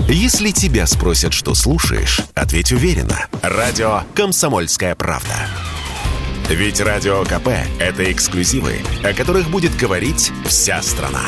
Если тебя спросят, что слушаешь, ответь уверенно. Радио «Комсомольская правда». Ведь Радио КП – это эксклюзивы, о которых будет говорить вся страна.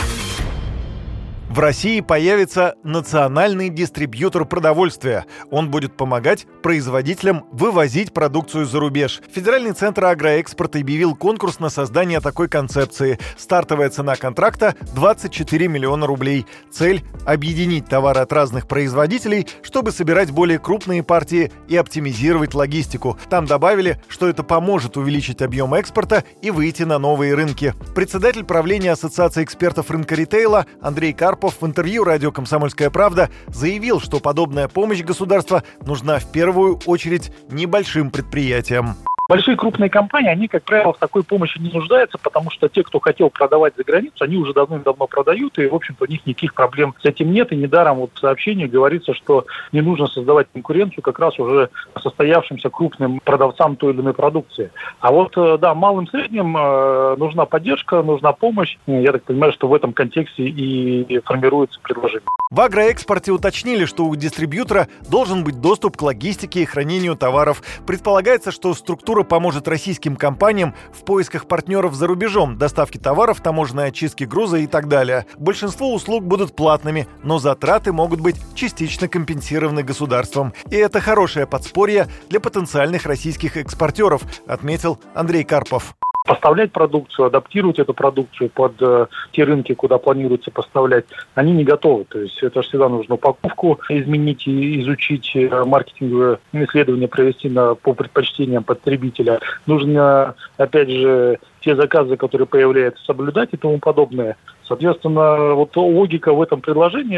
В России появится национальный дистрибьютор продовольствия. Он будет помогать производителям вывозить продукцию за рубеж. Федеральный центр агроэкспорта объявил конкурс на создание такой концепции. Стартовая цена контракта – 24 миллиона рублей. Цель – объединить товары от разных производителей, чтобы собирать более крупные партии и оптимизировать логистику. Там добавили, что это поможет увеличить объем экспорта и выйти на новые рынки. Председатель правления Ассоциации экспертов рынка ритейла Андрей Карпов в интервью радио «Комсомольская правда» заявил, что подобная помощь государства нужна в первую очередь небольшим предприятиям. Большие крупные компании, они, как правило, в такой помощи не нуждаются, потому что те, кто хотел продавать за границу, они уже давным-давно продают, и, в общем-то, у них никаких проблем с этим нет. И недаром вот в сообщении говорится, что не нужно создавать конкуренцию как раз уже состоявшимся крупным продавцам той или иной продукции. А вот, да, малым и средним нужна поддержка, нужна помощь. Я так понимаю, что в этом контексте и формируется предложение. В агроэкспорте уточнили, что у дистрибьютора должен быть доступ к логистике и хранению товаров. Предполагается, что структура поможет российским компаниям в поисках партнеров за рубежом, доставке товаров, таможенной очистки груза и так далее. Большинство услуг будут платными, но затраты могут быть частично компенсированы государством. И это хорошее подспорье для потенциальных российских экспортеров, отметил Андрей Карпов. Поставлять продукцию, адаптировать эту продукцию под те рынки, куда планируется поставлять, они не готовы. То есть это же всегда нужно упаковку изменить и изучить, маркетинговое исследование провести по предпочтениям потребителя. Нужно, опять же, те заказы, которые появляются, соблюдать и тому подобное. Соответственно, вот логика в этом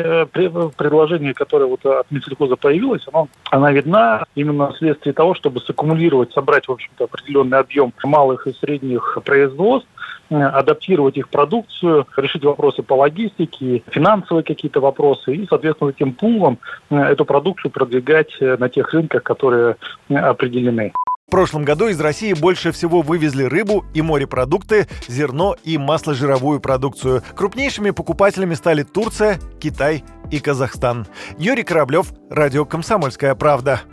предложении, которое вот от Минсельхоза появилось, она видна именно вследствие того, чтобы саккумулировать, собрать, в общем-то, определенный объем малых и средних производств, адаптировать их продукцию, решить вопросы по логистике, финансовые какие-то вопросы и, соответственно, этим пулом эту продукцию продвигать на тех рынках, которые определены. В прошлом году из России больше всего вывезли рыбу и морепродукты, зерно и масложировую продукцию. Крупнейшими покупателями стали Турция, Китай и Казахстан. Юрий Кораблев, радио «Комсомольская правда».